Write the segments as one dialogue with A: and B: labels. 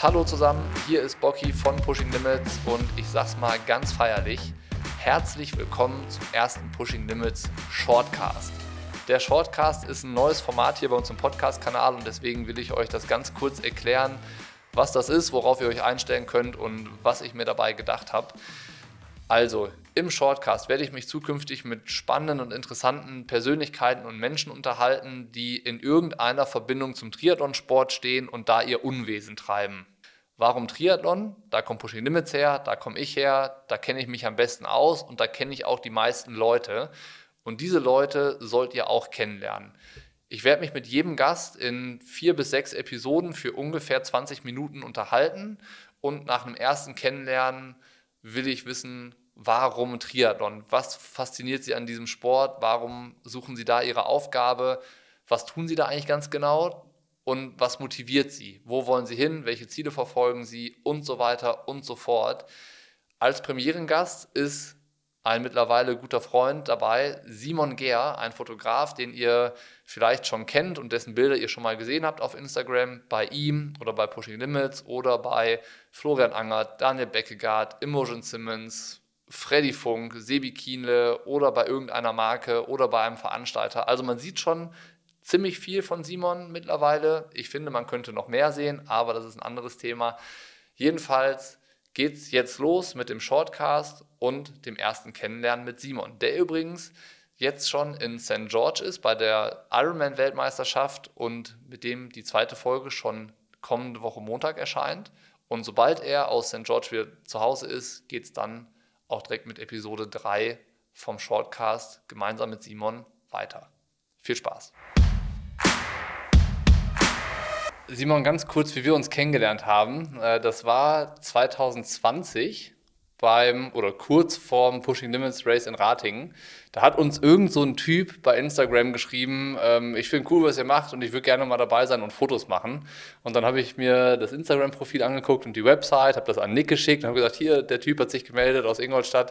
A: Hallo zusammen, hier ist Bocky von Pushing Limits und ich sag's mal ganz feierlich, herzlich willkommen zum ersten Pushing Limits Shortcast. Der Shortcast ist ein neues Format hier bei uns im Podcast-Kanal und deswegen will ich euch das ganz kurz erklären, was das ist, worauf ihr euch einstellen könnt und was ich mir dabei gedacht habe. Also, im Shortcast werde ich mich zukünftig mit spannenden und interessanten Persönlichkeiten und Menschen unterhalten, die in irgendeiner Verbindung zum Triathlonsport stehen und da ihr Unwesen treiben. Warum Triathlon? Da kommt Pushing Limits her, da komme ich her, da kenne ich mich am besten aus und da kenne ich auch die meisten Leute. Und diese Leute sollt ihr auch kennenlernen. Ich werde mich mit jedem Gast in 4 bis 6 Episoden für ungefähr 20 Minuten unterhalten und nach einem ersten Kennenlernen will ich wissen, warum Triathlon? Was fasziniert Sie an diesem Sport? Warum suchen Sie da Ihre Aufgabe? Was tun Sie da eigentlich ganz genau? Und was motiviert Sie? Wo wollen Sie hin? Welche Ziele verfolgen Sie? Und so weiter und so fort. Als Premierengast ist ein mittlerweile guter Freund dabei, Simon Gehr, ein Fotograf, den ihr vielleicht schon kennt und dessen Bilder ihr schon mal gesehen habt auf Instagram, bei ihm oder bei Pushing Limits oder bei Florian Angert, Daniel Beckegaard, Imogen Simmons, Freddy Funk, Sebi Kienle oder bei irgendeiner Marke oder bei einem Veranstalter. Also man sieht schon ziemlich viel von Simon mittlerweile. Ich finde, man könnte noch mehr sehen, aber das ist ein anderes Thema. Jedenfalls geht's jetzt los mit dem Shortcast und dem ersten Kennenlernen mit Simon, der übrigens jetzt schon in St. George ist bei der Ironman-Weltmeisterschaft und mit dem die zweite Folge schon kommende Woche Montag erscheint. Und sobald er aus St. George wieder zu Hause ist, geht es dann auch direkt mit Episode 3 vom Shortcast gemeinsam mit Simon weiter. Viel Spaß! Simon, ganz kurz, wie wir uns kennengelernt haben. Das war 2020 kurz vorm Pushing Limits Race in Ratingen. Da hat uns irgend so ein Typ bei Instagram geschrieben, ich finde cool, was ihr macht und ich würde gerne mal dabei sein und Fotos machen. Und dann habe ich mir das Instagram-Profil angeguckt und die Website, habe das an Nick geschickt und habe gesagt, hier, der Typ hat sich gemeldet aus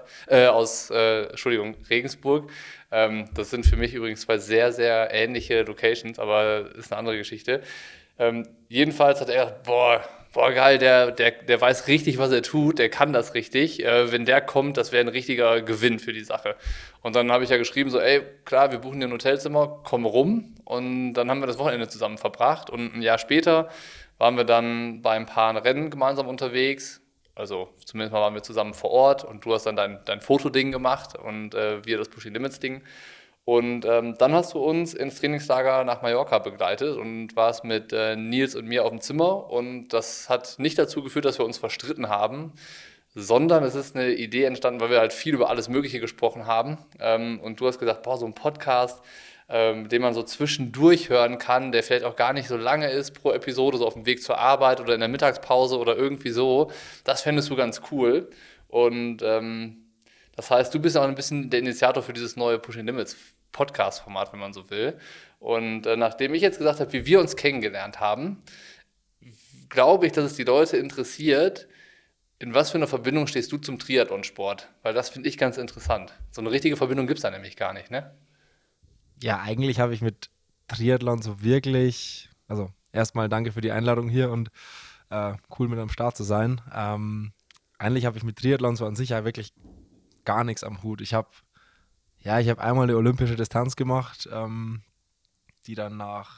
A: Regensburg. Das sind für mich übrigens zwei sehr, sehr ähnliche Locations, aber ist eine andere Geschichte. Jedenfalls hat er gedacht, boah geil, der weiß richtig, was er tut, der kann das richtig. Wenn der kommt, das wäre ein richtiger Gewinn für die Sache. Und dann habe ich ja geschrieben, so, ey, klar, wir buchen dir ein Hotelzimmer, komm rum. Und dann haben wir das Wochenende zusammen verbracht. Und ein Jahr später waren wir dann bei ein paar Rennen gemeinsam unterwegs. Also zumindest mal waren wir zusammen vor Ort und du hast dann dein Fotoding gemacht und wir das Pushing Limits Ding. Und dann hast du uns ins Trainingslager nach Mallorca begleitet und warst mit Nils und mir auf dem Zimmer. Und das hat nicht dazu geführt, dass wir uns verstritten haben, sondern es ist eine Idee entstanden, weil wir halt viel über alles Mögliche gesprochen haben. Und du hast gesagt, boah, so ein Podcast, den man so zwischendurch hören kann, der vielleicht auch gar nicht so lange ist pro Episode, so auf dem Weg zur Arbeit oder in der Mittagspause oder irgendwie so, das fändest du ganz cool. Und das heißt, du bist auch ein bisschen der Initiator für dieses neue Pushing Limits Podcast-Format, wenn man so will. Und nachdem ich jetzt gesagt habe, wie wir uns kennengelernt haben, glaube ich, dass es die Leute interessiert, in was für einer Verbindung stehst du zum Triathlonsport? Weil das finde ich ganz interessant. So eine richtige Verbindung gibt es da nämlich gar nicht, ne?
B: Ja, eigentlich habe ich mit Triathlon so wirklich, also erstmal danke für die Einladung hier und cool mit am Start zu sein. Eigentlich habe ich mit Triathlon so an sich ja wirklich gar nichts am Hut. Ich habe einmal eine olympische Distanz gemacht, die dann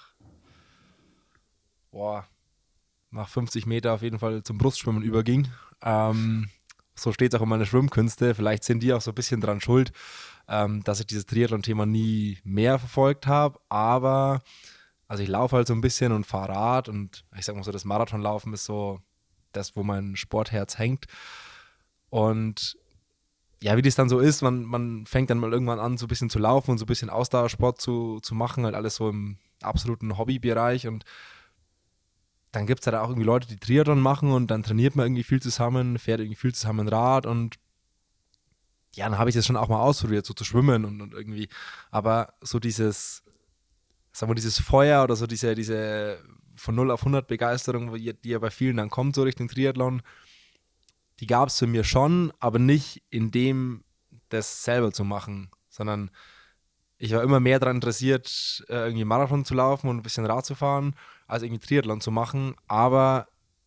B: nach 50 Meter auf jeden Fall zum Brustschwimmen überging. So steht es auch in meinen Schwimmkünste. Vielleicht sind die auch so ein bisschen dran schuld, dass ich dieses Triathlon-Thema nie mehr verfolgt habe. Aber also ich laufe halt so ein bisschen und fahre Rad und ich sag mal so, das Marathonlaufen ist so das, wo mein Sportherz hängt. Und ja, wie das dann so ist, man fängt dann mal irgendwann an, so ein bisschen zu laufen und so ein bisschen Ausdauersport zu machen, halt alles so im absoluten Hobbybereich. Und dann gibt es halt auch irgendwie Leute, die Triathlon machen und dann trainiert man irgendwie viel zusammen, fährt irgendwie viel zusammen Rad und ja, dann habe ich das schon auch mal ausprobiert, so zu schwimmen und irgendwie. Aber so dieses Feuer oder so diese von 0 auf 100 Begeisterung, die ja bei vielen dann kommt, so Richtung Triathlon, die gab es für mich schon, aber nicht in dem, das selber zu machen, sondern ich war immer mehr daran interessiert, irgendwie Marathon zu laufen und ein bisschen Rad zu fahren, als irgendwie Triathlon zu machen. Aber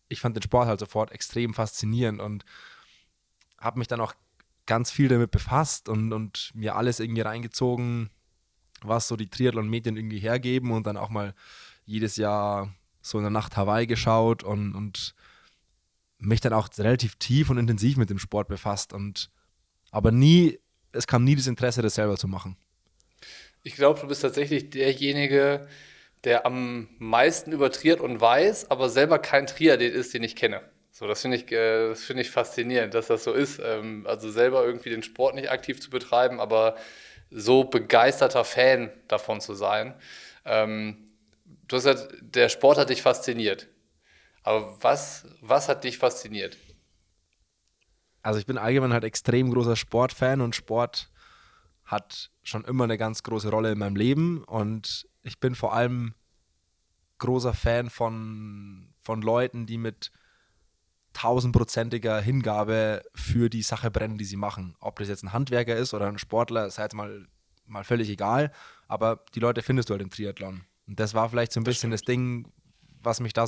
B: ich fand den Sport halt sofort extrem faszinierend und habe mich dann auch ganz viel damit befasst und mir alles irgendwie reingezogen, was so die Triathlon-Medien irgendwie hergeben und dann auch mal jedes Jahr so in der Nacht Hawaii geschaut und mich dann auch relativ tief und intensiv mit dem Sport befasst aber es kam nie das Interesse, das selber zu machen.
A: Ich glaube, du bist tatsächlich derjenige, der am meisten über Triathlon weiß, aber selber kein Triathlet ist, den ich kenne. So, das finde ich faszinierend, dass das so ist. Also selber irgendwie den Sport nicht aktiv zu betreiben, aber so begeisterter Fan davon zu sein. Du hast gesagt, der Sport hat dich fasziniert. Aber was hat dich fasziniert?
B: Also ich bin allgemein halt extrem großer Sportfan und Sport hat schon immer eine ganz große Rolle in meinem Leben und ich bin vor allem großer Fan von Leuten, die mit tausendprozentiger Hingabe für die Sache brennen, die sie machen. Ob das jetzt ein Handwerker ist oder ein Sportler, sei jetzt mal völlig egal, aber die Leute findest du halt im Triathlon. Und das war vielleicht so ein bisschen das Ding, was mich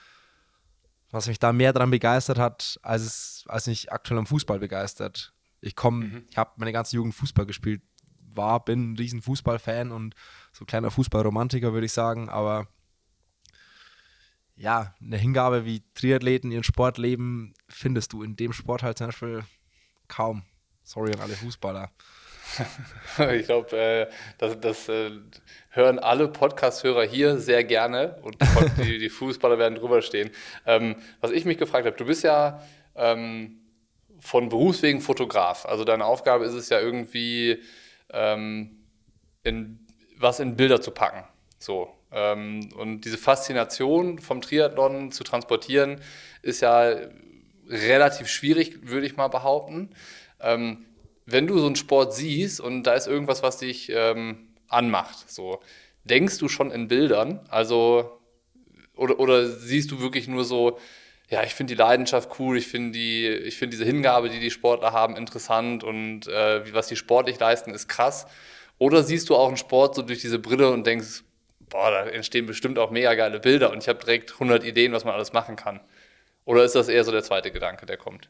B: da mehr dran begeistert hat, als mich aktuell am Fußball begeistert. Ich habe meine ganze Jugend Fußball gespielt, bin ein riesen Fußballfan und so ein kleiner Fußballromantiker, würde ich sagen, aber ja, eine Hingabe wie Triathleten ihren Sport leben, findest du in dem Sport halt zum Beispiel kaum. Sorry an alle Fußballer.
A: Ich glaube, das hören alle Podcast-Hörer hier sehr gerne und die Fußballer werden drüber stehen. Was ich mich gefragt habe, du bist ja von Berufswegen Fotograf. Also deine Aufgabe ist es ja irgendwie, was in Bilder zu packen. So. Und diese Faszination vom Triathlon zu transportieren, ist ja relativ schwierig, würde ich mal behaupten. Wenn du so einen Sport siehst und da ist irgendwas, was dich anmacht, so, denkst du schon in Bildern? Also, oder siehst du wirklich nur so, ja, ich finde die Leidenschaft cool, ich finde diese Hingabe, die die Sportler haben, interessant und was die sportlich leisten, ist krass. Oder siehst du auch einen Sport so durch diese Brille und denkst, boah, da entstehen bestimmt auch mega geile Bilder und ich habe direkt 100 Ideen, was man alles machen kann. Oder ist das eher so der zweite Gedanke, der kommt?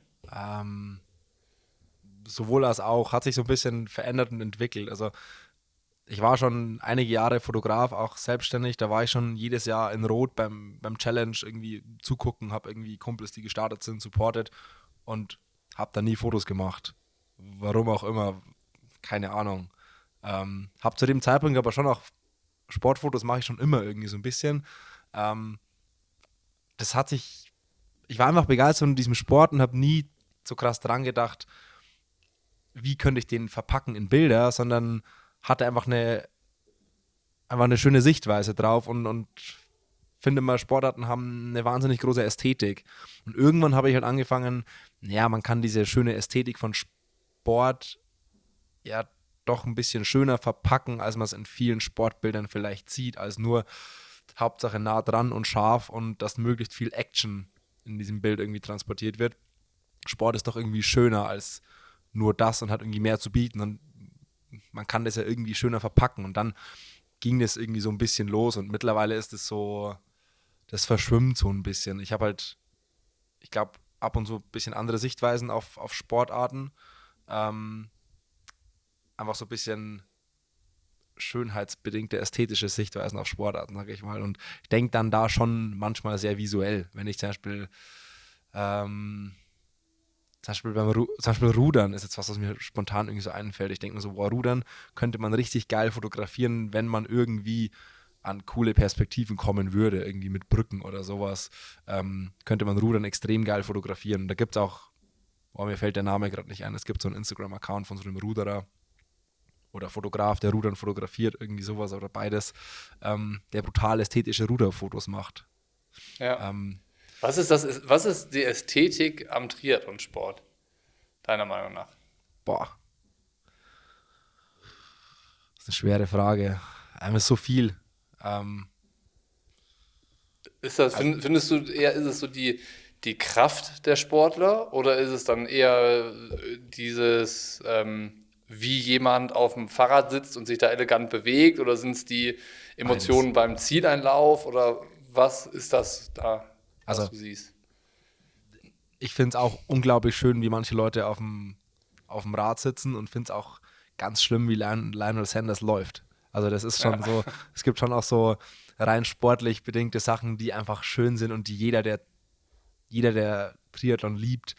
B: Sowohl als auch, hat sich so ein bisschen verändert und entwickelt. Also ich war schon einige Jahre Fotograf, auch selbstständig. Da war ich schon jedes Jahr in Rot beim Challenge irgendwie zugucken, habe irgendwie Kumpels, die gestartet sind, supportet und habe da nie Fotos gemacht. Warum auch immer, keine Ahnung. Habe zu dem Zeitpunkt aber schon auch Sportfotos mache ich schon immer irgendwie so ein bisschen. Ähm, das hat sich, ich war einfach begeistert von diesem Sport und habe nie so krass dran gedacht, wie könnte ich den verpacken in Bilder, sondern hatte einfach eine schöne Sichtweise drauf und finde mal, Sportarten haben eine wahnsinnig große Ästhetik. Und irgendwann habe ich halt angefangen, ja, man kann diese schöne Ästhetik von Sport ja doch ein bisschen schöner verpacken, als man es in vielen Sportbildern vielleicht sieht, als nur Hauptsache nah dran und scharf und dass möglichst viel Action in diesem Bild irgendwie transportiert wird. Sport ist doch irgendwie schöner als nur das und hat irgendwie mehr zu bieten und man kann das ja irgendwie schöner verpacken und dann ging das irgendwie so ein bisschen los und mittlerweile ist es so, das verschwimmt so ein bisschen. Ich habe halt, ich glaube, ab und zu ein bisschen andere Sichtweisen auf Sportarten. Einfach so ein bisschen schönheitsbedingte ästhetische Sichtweisen auf Sportarten, sage ich mal. Und ich denke dann da schon manchmal sehr visuell, wenn ich zum Beispiel Rudern ist jetzt was mir spontan irgendwie so einfällt. Ich denke mir so, boah, Rudern könnte man richtig geil fotografieren, wenn man irgendwie an coole Perspektiven kommen würde, irgendwie mit Brücken oder sowas, könnte man Rudern extrem geil fotografieren. Und da gibt es auch, boah, mir fällt der Name gerade nicht ein, es gibt so einen Instagram-Account von so einem Ruderer oder Fotograf, der Rudern fotografiert, irgendwie sowas oder beides, der brutal ästhetische Ruderfotos macht.
A: Ja.
B: Ähm,
A: Was ist die Ästhetik am Triathlonsport, deiner Meinung nach?
B: boah, das ist eine schwere Frage. Ist so viel. Ähm, also,
A: Findest du eher, ist es so die Kraft der Sportler oder ist es dann eher dieses, wie jemand auf dem Fahrrad sitzt und sich da elegant bewegt oder sind es die
B: beides.
A: Emotionen beim Zieleinlauf oder was ist das da, was
B: Also
A: du siehst?
B: ich finde es auch unglaublich schön, wie manche Leute auf dem Rad sitzen und finde es auch ganz schlimm, wie Lionel Sanders läuft. Also das ist schon
A: Ja.
B: so, es gibt schon auch so rein sportlich bedingte Sachen, die einfach schön sind und die jeder, der Triathlon liebt,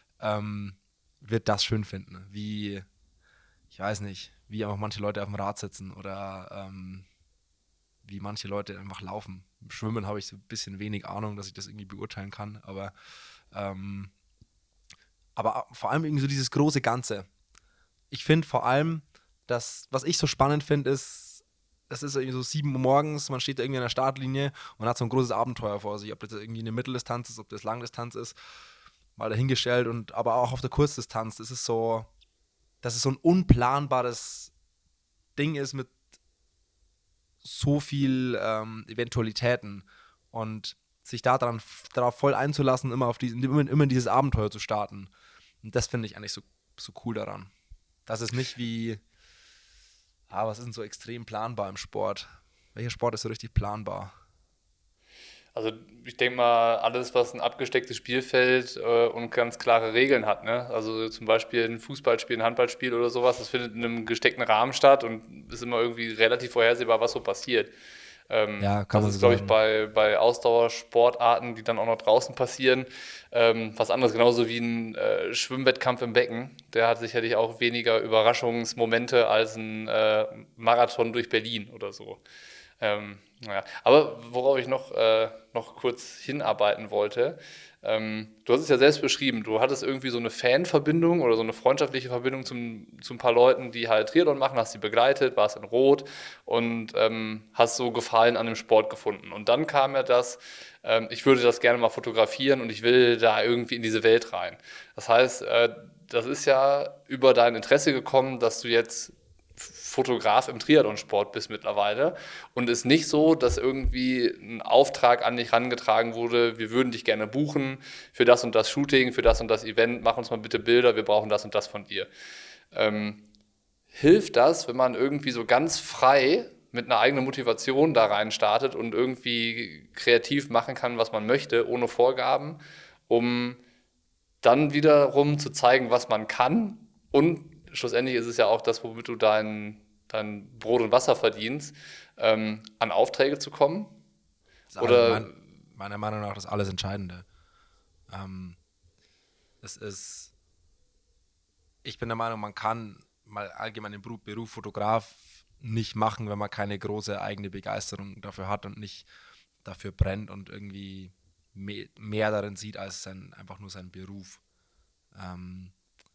B: wird das schön finden. Wie, ich weiß nicht, wie einfach manche Leute auf dem Rad sitzen oder wie manche Leute einfach laufen. Im Schwimmen habe ich so ein bisschen wenig Ahnung, dass ich das irgendwie beurteilen kann, ähm, aber vor allem irgendwie so dieses große Ganze. Ich finde vor allem, was ich so spannend finde, ist, es ist irgendwie so 7 Uhr morgens, man steht da irgendwie an der Startlinie und hat so ein großes Abenteuer vor sich. Ob das irgendwie eine Mitteldistanz ist, ob das Langdistanz ist, mal dahingestellt. Und aber auch auf der Kurzdistanz, das ist so, dass es so ein unplanbares Ding ist mit so viel Eventualitäten und sich darauf voll einzulassen, immer in dieses Abenteuer zu starten. Und das finde ich eigentlich so cool daran. Das ist nicht wie, was ist denn so extrem planbar im Sport? Welcher Sport ist so richtig planbar?
A: Also ich denke mal, alles, was ein abgestecktes Spielfeld und ganz klare Regeln hat, ne? Also zum Beispiel ein Fußballspiel, ein Handballspiel oder sowas, das findet in einem gesteckten Rahmen statt und ist immer irgendwie relativ vorhersehbar, was so passiert.
B: Ja, kann
A: Das
B: man
A: ist,
B: so
A: glaube ich,
B: sagen.
A: bei Ausdauersportarten, die dann auch noch draußen passieren, was anderes, genauso wie ein Schwimmwettkampf im Becken. Der hat sicherlich auch weniger Überraschungsmomente als ein Marathon durch Berlin oder so. Naja. Aber worauf ich noch kurz hinarbeiten wollte, du hast es ja selbst beschrieben, du hattest irgendwie so eine Fanverbindung oder so eine freundschaftliche Verbindung zu ein paar Leuten, die halt Triathlon machen, hast sie begleitet, warst in Rot und hast so Gefallen an dem Sport gefunden. Und dann kam ja ich würde das gerne mal fotografieren und ich will da irgendwie in diese Welt rein. Das heißt, das ist ja über dein Interesse gekommen, dass du jetzt Fotograf im Triathlonsport bist mittlerweile und ist nicht so, dass irgendwie ein Auftrag an dich herangetragen wurde, wir würden dich gerne buchen für das und das Shooting, für das und das Event, mach uns mal bitte Bilder, wir brauchen das und das von dir. Ähm, Hilft das, wenn man irgendwie so ganz frei mit einer eigenen Motivation da rein startet und irgendwie kreativ machen kann, was man möchte, ohne Vorgaben, um dann wiederum zu zeigen, was man kann. Und schlussendlich ist es ja auch das, womit du dein Brot und Wasser verdienst, an Aufträge zu kommen.
B: Das ist
A: Oder
B: meiner Meinung nach das alles Entscheidende. Ähm, es ist, ich bin der Meinung, man kann mal allgemein den Beruf Fotograf nicht machen, wenn man keine große eigene Begeisterung dafür hat und nicht dafür brennt und irgendwie mehr darin sieht als einfach nur sein Beruf. Ähm,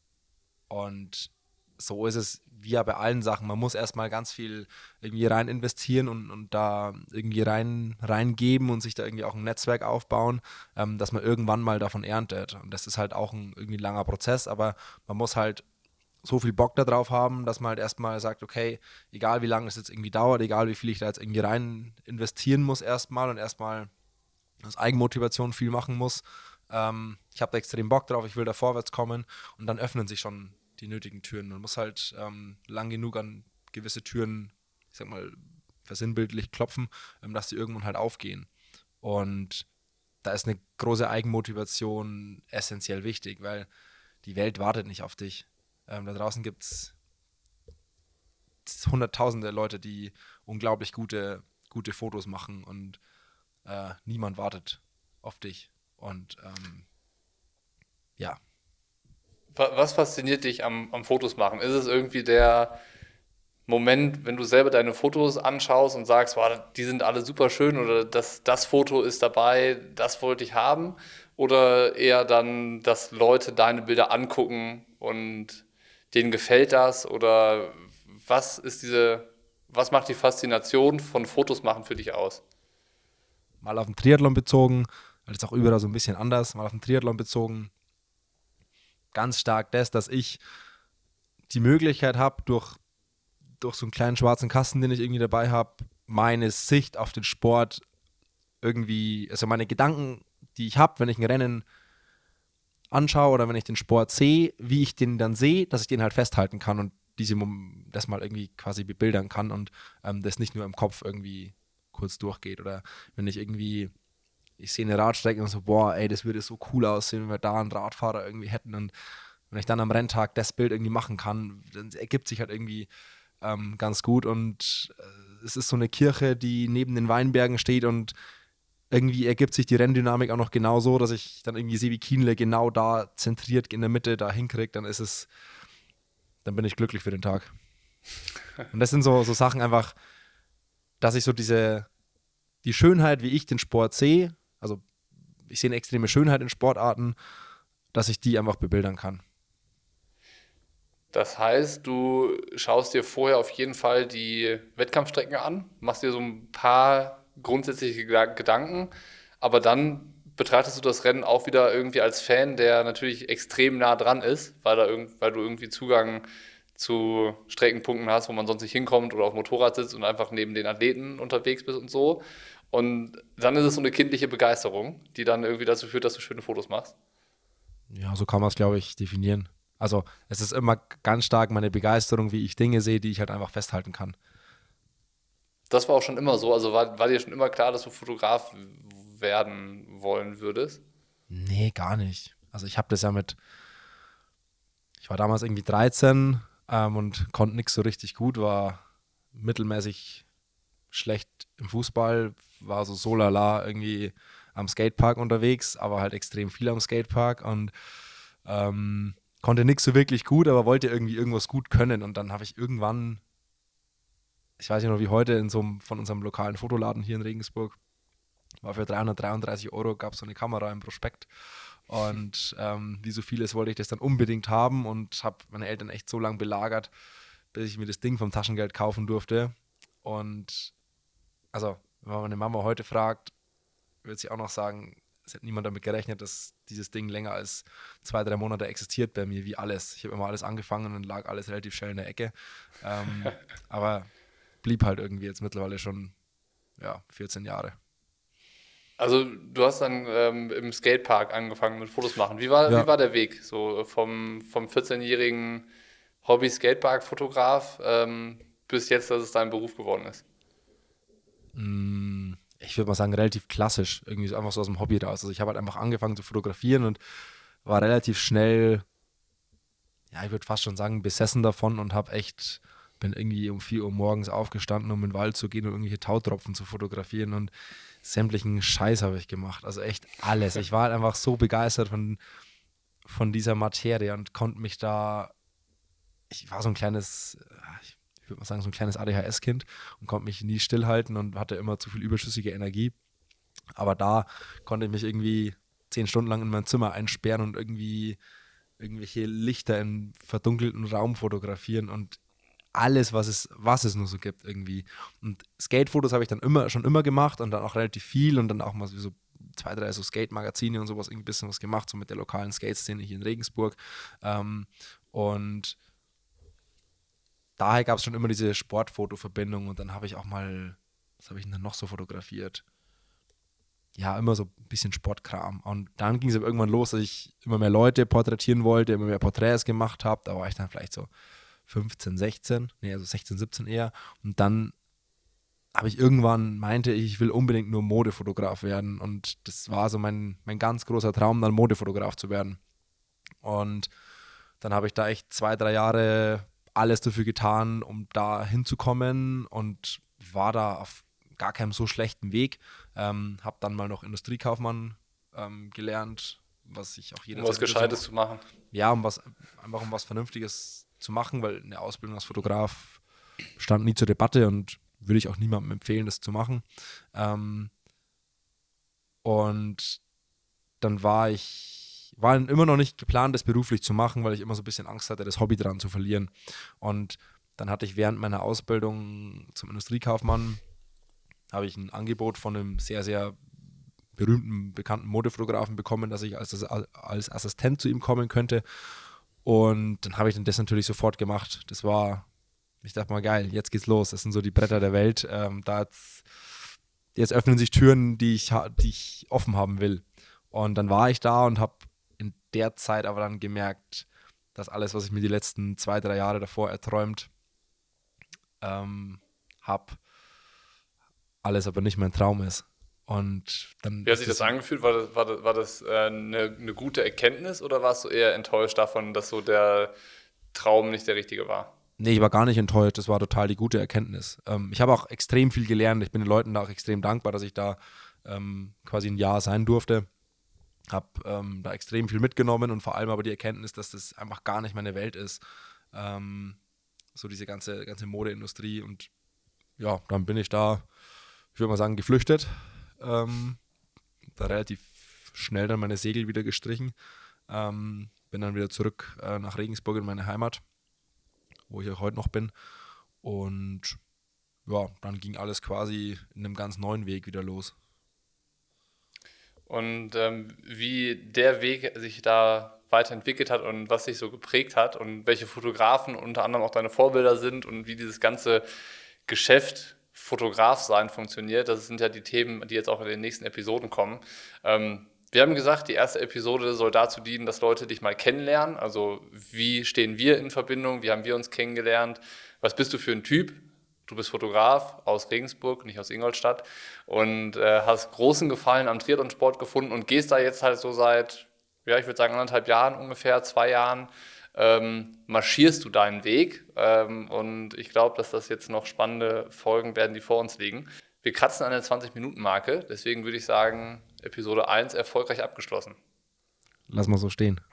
B: und so ist es wie ja bei allen Sachen. Man muss erstmal ganz viel irgendwie rein investieren und da irgendwie reingeben und sich da irgendwie auch ein Netzwerk aufbauen, dass man irgendwann mal davon erntet. Und das ist halt auch ein irgendwie langer Prozess, aber man muss halt so viel Bock darauf haben, dass man halt erstmal sagt, okay, egal wie lange es jetzt irgendwie dauert, egal wie viel ich da jetzt irgendwie rein investieren muss erstmal und erstmal aus Eigenmotivation viel machen muss. Ich habe da extrem Bock drauf, ich will da vorwärts kommen und dann öffnen sich schon die nötigen Türen. Man muss halt lang genug an gewisse Türen, ich sag mal, versinnbildlich klopfen, dass die irgendwann halt aufgehen. Und da ist eine große Eigenmotivation essentiell wichtig, weil die Welt wartet nicht auf dich. Da draußen gibt es hunderttausende Leute, die unglaublich gute Fotos machen und niemand wartet auf dich. Und ja,
A: was fasziniert dich am Fotos machen? Ist es irgendwie der Moment, wenn du selber deine Fotos anschaust und sagst, wow, die sind alle super schön oder das Foto ist dabei, das wollte ich haben? Oder eher dann, dass Leute deine Bilder angucken und denen gefällt das? Oder was ist was macht die Faszination von Fotos machen für dich aus?
B: mal auf den Triathlon bezogen, weil es auch überall so ein bisschen anders, mal auf den Triathlon bezogen, ganz stark dass ich die Möglichkeit habe, durch so einen kleinen schwarzen Kasten, den ich irgendwie dabei habe, meine Sicht auf den Sport irgendwie, also meine Gedanken, die ich habe, wenn ich ein Rennen anschaue oder wenn ich den Sport sehe, wie ich den dann sehe, dass ich den halt festhalten kann und das mal irgendwie quasi bebildern kann und das nicht nur im Kopf irgendwie kurz durchgeht. Oder wenn ich irgendwie ich sehe eine Radstrecke und so, boah, ey, das würde so cool aussehen, wenn wir da einen Radfahrer irgendwie hätten. Und wenn ich dann am Renntag das Bild irgendwie machen kann, dann ergibt sich halt irgendwie ganz gut. Und es ist so eine Kirche, die neben den Weinbergen steht und irgendwie ergibt sich die Renndynamik auch noch genau so, dass ich dann irgendwie sehe, wie Kienle genau da zentriert in der Mitte da hinkriegt, dann bin ich glücklich für den Tag. Und das sind so Sachen einfach, dass ich so die Schönheit, wie ich den Sport sehe, also ich sehe eine extreme Schönheit in Sportarten, dass ich die einfach bebildern kann.
A: Das heißt, du schaust dir vorher auf jeden Fall die Wettkampfstrecken an, machst dir so ein paar grundsätzliche Gedanken, aber dann betrachtest du das Rennen auch wieder irgendwie als Fan, der natürlich extrem nah dran ist, weil du irgendwie Zugang zu Streckenpunkten hast, wo man sonst nicht hinkommt oder auf dem Motorrad sitzt und einfach neben den Athleten unterwegs bist und so. Und dann ist es so eine kindliche Begeisterung, die dann irgendwie dazu führt, dass du schöne Fotos machst.
B: Ja, so kann man es, glaube ich, definieren. Also es ist immer ganz stark meine Begeisterung, wie ich Dinge sehe, die ich halt einfach festhalten kann.
A: Das war auch schon immer so. Also war dir schon immer klar, dass du Fotograf werden wollen würdest?
B: Nee, gar nicht. Also ich war damals irgendwie 13 und konnte nichts so richtig gut, war mittelmäßig schlecht im Fußball, war so lala irgendwie am Skatepark unterwegs, aber halt extrem viel am Skatepark und konnte nichts so wirklich gut, aber wollte irgendwie irgendwas gut können. Und dann habe ich irgendwann, ich weiß nicht noch wie heute, von unserem lokalen Fotoladen hier in Regensburg, war für 333 Euro, gab es so eine Kamera im Prospekt. Und wie so vieles wollte ich das dann unbedingt haben und habe meine Eltern echt so lange belagert, bis ich mir das Ding vom Taschengeld kaufen durfte. Und also, wenn man meine Mama heute fragt, würde sie auch noch sagen, es hätte niemand damit gerechnet, dass dieses Ding länger als 2, 3 Monate existiert bei mir, wie alles. Ich habe immer alles angefangen und dann lag alles relativ schnell in der Ecke. Aber blieb halt irgendwie jetzt mittlerweile schon, ja, 14 Jahre.
A: Also du hast dann im Skatepark angefangen mit Fotos machen. Wie
B: Ja,
A: war der Weg so vom 14-jährigen Hobby-Skatepark-Fotograf bis jetzt, dass es dein Beruf geworden ist?
B: ich würde mal sagen, relativ klassisch, irgendwie so einfach so aus dem Hobby raus. Also ich habe halt einfach angefangen zu fotografieren und war relativ schnell, ja, ich würde fast schon sagen, besessen davon und bin irgendwie um 4 Uhr morgens aufgestanden, um in den Wald zu gehen und irgendwelche Tautropfen zu fotografieren und sämtlichen Scheiß habe ich gemacht. Also echt alles. Ich war halt einfach so begeistert von dieser Materie und konnte mich da, ich war so ein kleines, ich würde mal sagen, so ein kleines ADHS-Kind und konnte mich nie stillhalten und hatte immer zu viel überschüssige Energie. Aber da konnte ich mich irgendwie 10 Stunden lang in mein Zimmer einsperren und irgendwie irgendwelche Lichter in verdunkelten Raum fotografieren und alles, was es nur so gibt irgendwie. Und Skate-Fotos habe ich dann schon immer gemacht und dann auch relativ viel und dann auch mal so 2, 3 so Skate-Magazine und sowas, irgendwie ein bisschen was gemacht, so mit der lokalen Skate-Szene hier in Regensburg. Und daher gab es schon immer diese Sportfoto-Verbindung und dann habe ich auch mal, was habe ich denn dann noch so fotografiert? Ja, immer so ein bisschen Sportkram. Und dann ging es aber irgendwann los, dass ich immer mehr Leute porträtieren wollte, immer mehr Porträts gemacht habe. Da war ich dann vielleicht so 15, 16, nee, also 16, 17 eher. Und dann habe ich irgendwann meinte ich will unbedingt nur Modefotograf werden. Und das war so mein ganz großer Traum, dann Modefotograf zu werden. Und dann habe ich da echt 2, 3 Jahre alles dafür getan, um da hinzukommen und war da auf gar keinem so schlechten Weg. Habe dann mal noch Industriekaufmann gelernt, was ich auch
A: Um was
B: jederzeit wieder so
A: Gescheites
B: mache.
A: zu machen.
B: Ja, einfach um was Vernünftiges zu machen, weil eine Ausbildung als Fotograf stand nie zur Debatte und würde ich auch niemandem empfehlen, das zu machen. Ähm, und dann war immer noch nicht geplant, das beruflich zu machen, weil ich immer so ein bisschen Angst hatte, das Hobby dran zu verlieren. Und dann hatte ich während meiner Ausbildung zum Industriekaufmann, habe ich ein Angebot von einem sehr, sehr berühmten, bekannten Modefotografen bekommen, dass ich als Assistent zu ihm kommen könnte. Und dann habe ich das natürlich sofort gemacht. Ich dachte mal, geil, jetzt geht's los. Das sind so die Bretter der Welt. Jetzt öffnen sich Türen, die ich offen haben will. Und dann war ich da und habe in der Zeit aber dann gemerkt, dass alles, was ich mir die letzten 2, 3 Jahre davor erträumt habe, alles aber nicht mein Traum ist. Und dann
A: Wie hat sich das angefühlt? War das eine gute Erkenntnis oder warst du eher enttäuscht davon, dass so der Traum nicht der richtige war?
B: Nee, ich war gar nicht enttäuscht. Das war total die gute Erkenntnis. Ich habe auch extrem viel gelernt. Ich bin den Leuten da auch extrem dankbar, dass ich da quasi ein Jahr sein durfte. Habe da extrem viel mitgenommen und vor allem aber die Erkenntnis, dass das einfach gar nicht meine Welt ist. So diese ganze Modeindustrie. Und ja, dann bin ich da, ich würde mal sagen, geflüchtet. Da relativ schnell dann meine Segel wieder gestrichen. Bin dann wieder zurück nach Regensburg in meine Heimat, wo ich auch heute noch bin. Und ja, dann ging alles quasi in einem ganz neuen Weg wieder los.
A: Und wie der Weg sich da weiterentwickelt hat und was sich so geprägt hat und welche Fotografen unter anderem auch deine Vorbilder sind und wie dieses ganze Geschäft Fotograf sein funktioniert, das sind ja die Themen, die jetzt auch in den nächsten Episoden kommen. Wir haben gesagt, die erste Episode soll dazu dienen, dass Leute dich mal kennenlernen. Also wie stehen wir in Verbindung, wie haben wir uns kennengelernt, was bist du für ein Typ? Du bist Fotograf aus Regensburg, nicht aus Ingolstadt und hast großen Gefallen am Triathlonsport gefunden und gehst da jetzt halt so seit, ja, ich würde sagen 1,5 Jahren ungefähr, 2 Jahren, marschierst du deinen Weg und ich glaube, dass das jetzt noch spannende Folgen werden, die vor uns liegen. Wir kratzen an der 20-Minuten-Marke, deswegen würde ich sagen, Episode 1 erfolgreich abgeschlossen.
B: Lass mal so stehen.